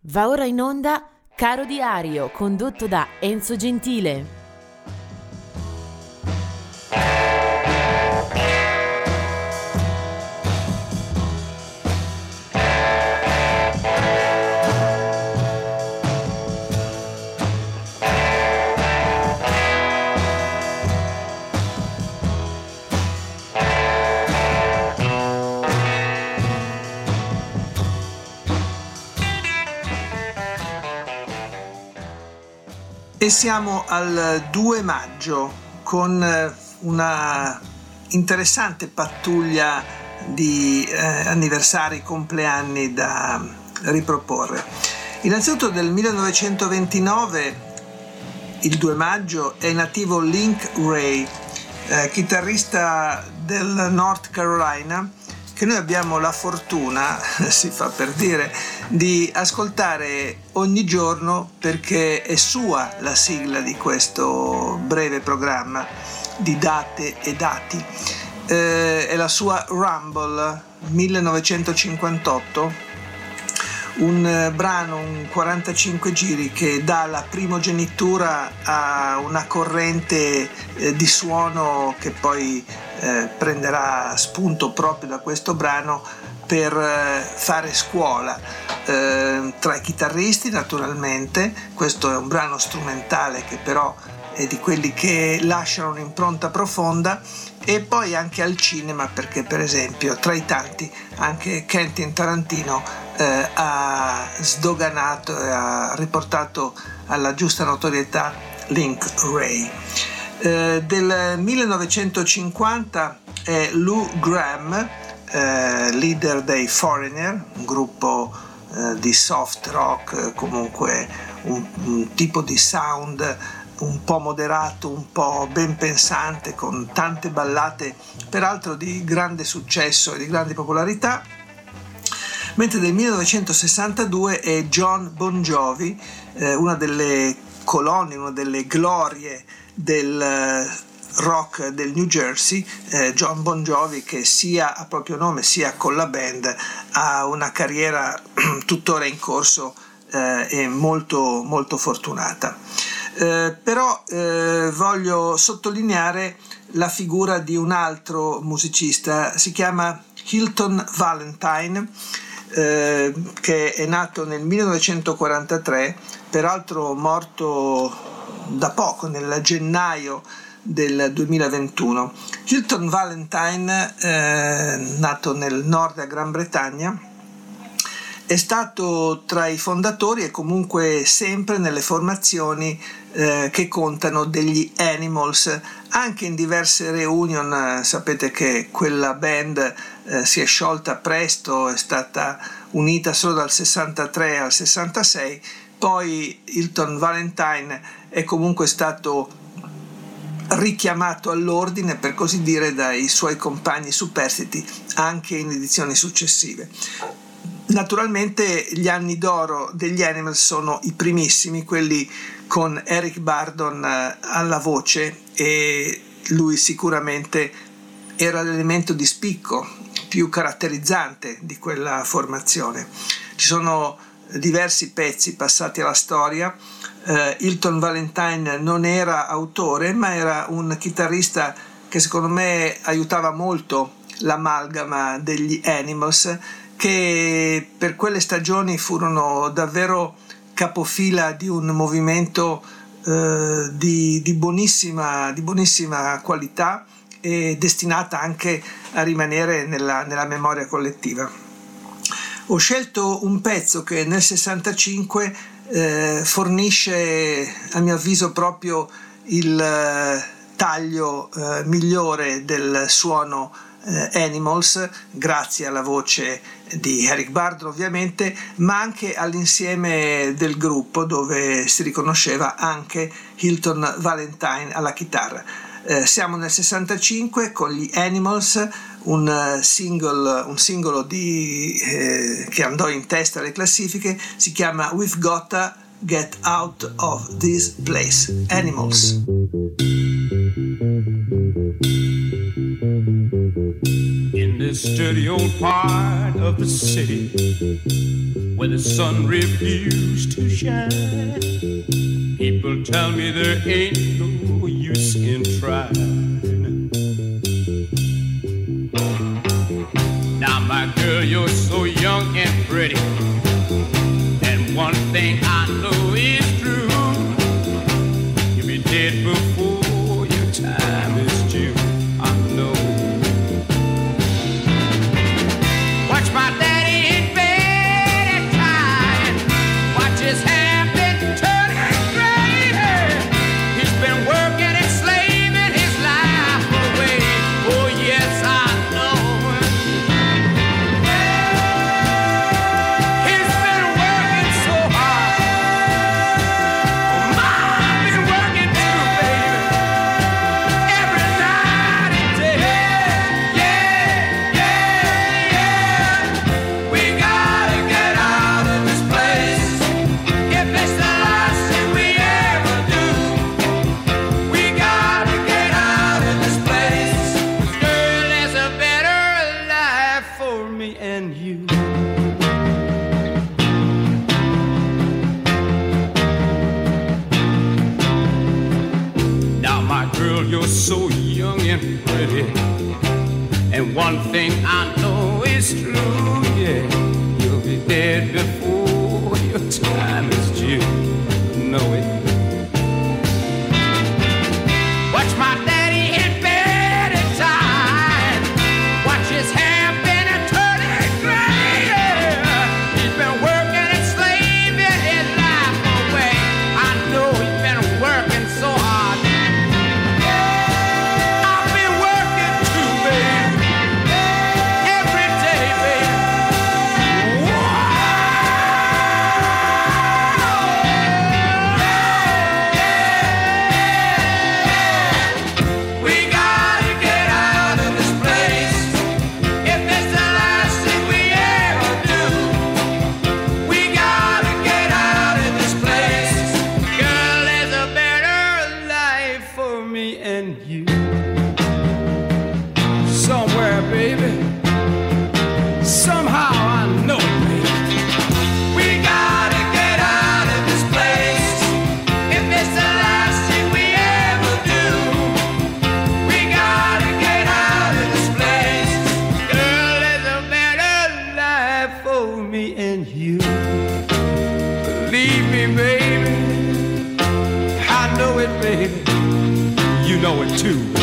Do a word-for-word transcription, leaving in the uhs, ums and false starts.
Va ora in onda Caro Diario, condotto da Enzo Gentile. E siamo al due maggio con una interessante pattuglia di eh, anniversari, compleanni da riproporre. Innanzitutto del millenovecentoventinove, il due maggio, è in attivo Link Wray, eh, chitarrista del North Carolina, che noi abbiamo la fortuna, si fa per dire, di ascoltare ogni giorno perché è sua la sigla di questo breve programma di date e dati. Eh, è la sua Rumble millenovecentocinquantotto, un brano, un quarantacinque giri che dà la primogenitura a una corrente eh, di suono che poi eh, prenderà spunto proprio da questo brano per eh, fare scuola eh, tra i chitarristi, naturalmente. Questo è un brano strumentale che però è di quelli che lasciano un'impronta profonda, e poi anche al cinema, perché per esempio tra i tanti anche Quentin Tarantino eh, ha sdoganato e ha riportato alla giusta notorietà Link Wray. Eh, del millenovecentocinquanta è Lou Gramm, eh, leader dei Foreigner, un gruppo eh, di soft rock, comunque un, un tipo di sound un po' moderato, un po' ben pensante, con tante ballate, peraltro di grande successo e di grande popolarità. Mentre del millenovecentosessantadue è John Bon Jovi, eh, una delle colonne, una delle glorie del rock del New Jersey. eh, John Bon Jovi, che sia a proprio nome sia con la band ha una carriera tuttora in corso eh, e molto molto fortunata. Eh, però eh, voglio sottolineare la figura di un altro musicista, si chiama Hilton Valentine, eh, che è nato nel millenovecentoquarantatré, peraltro morto da poco, nel gennaio del duemilaventuno. Hilton Valentine, eh, nato nel nord della Gran Bretagna, è stato tra i fondatori e comunque sempre nelle formazioni eh, che contano degli Animals, anche in diverse reunion. Sapete che quella band eh, si è sciolta presto, è stata unita solo dal sessantatré al sessantasei, poi Hilton Valentine è comunque stato richiamato all'ordine, per così dire, dai suoi compagni superstiti anche in edizioni successive. Naturalmente gli anni d'oro degli Animals sono i primissimi, quelli con Eric Burdon alla voce, e lui sicuramente era l'elemento di spicco più caratterizzante di quella formazione. Ci sono diversi pezzi passati alla storia. Uh, Hilton Valentine non era autore, ma era un chitarrista che secondo me aiutava molto l'amalgama degli Animals, che per quelle stagioni furono davvero capofila di un movimento eh, di, di, buonissima, di buonissima qualità e destinata anche a rimanere nella, nella memoria collettiva. Ho scelto un pezzo che nel sessantacinque eh, fornisce, a mio avviso, proprio il eh, taglio eh, migliore del suono Animals, grazie alla voce di Eric Burdon ovviamente, ma anche all'insieme del gruppo, dove si riconosceva anche Hilton Valentine alla chitarra. Eh, siamo nel sessantacinque con gli Animals, un single, un singolo di, eh, che andò in testa alle classifiche, si chiama We've Gotta Get Out of This Place. Animals. In this dirty old part of the city where the sun refused to shine. People tell me there ain't no use in trying. Now my girl, you're so young and pretty, and one thing I know is true, you'll be dead before your time is due. I know. Watch my daddy in bed at time, watch his hair been turning gray. He's been working and slaving his life away. Oh yes, I know. He's been working so hard. Mom been working too, baby, every night and day. Yeah, yeah, yeah. We gotta get out of this place. If it's the last thing we ever do, we gotta get out of this place. Girl, there's a better life for me and you. Now my girl, you're so young and pretty, and one thing I know is true, yeah, you'll be dead before your time is due. Know it. Watch my daddy in bed at time, watch his hair been a turning gray. He's been working and slaving his life away. I know he's been working so hard. I've been working too, baby, every day, baby. We gotta get out of this place. If it's the last thing we ever do, we gotta get out of this place. Girl, there's a better life for me and you. Somewhere, baby. Somehow I know it, baby. We gotta get out of this place. If it's the last thing we ever do, we gotta get out of this place. Girl, there's a better life for me and you. Believe me, baby, I know it, baby. You know it too.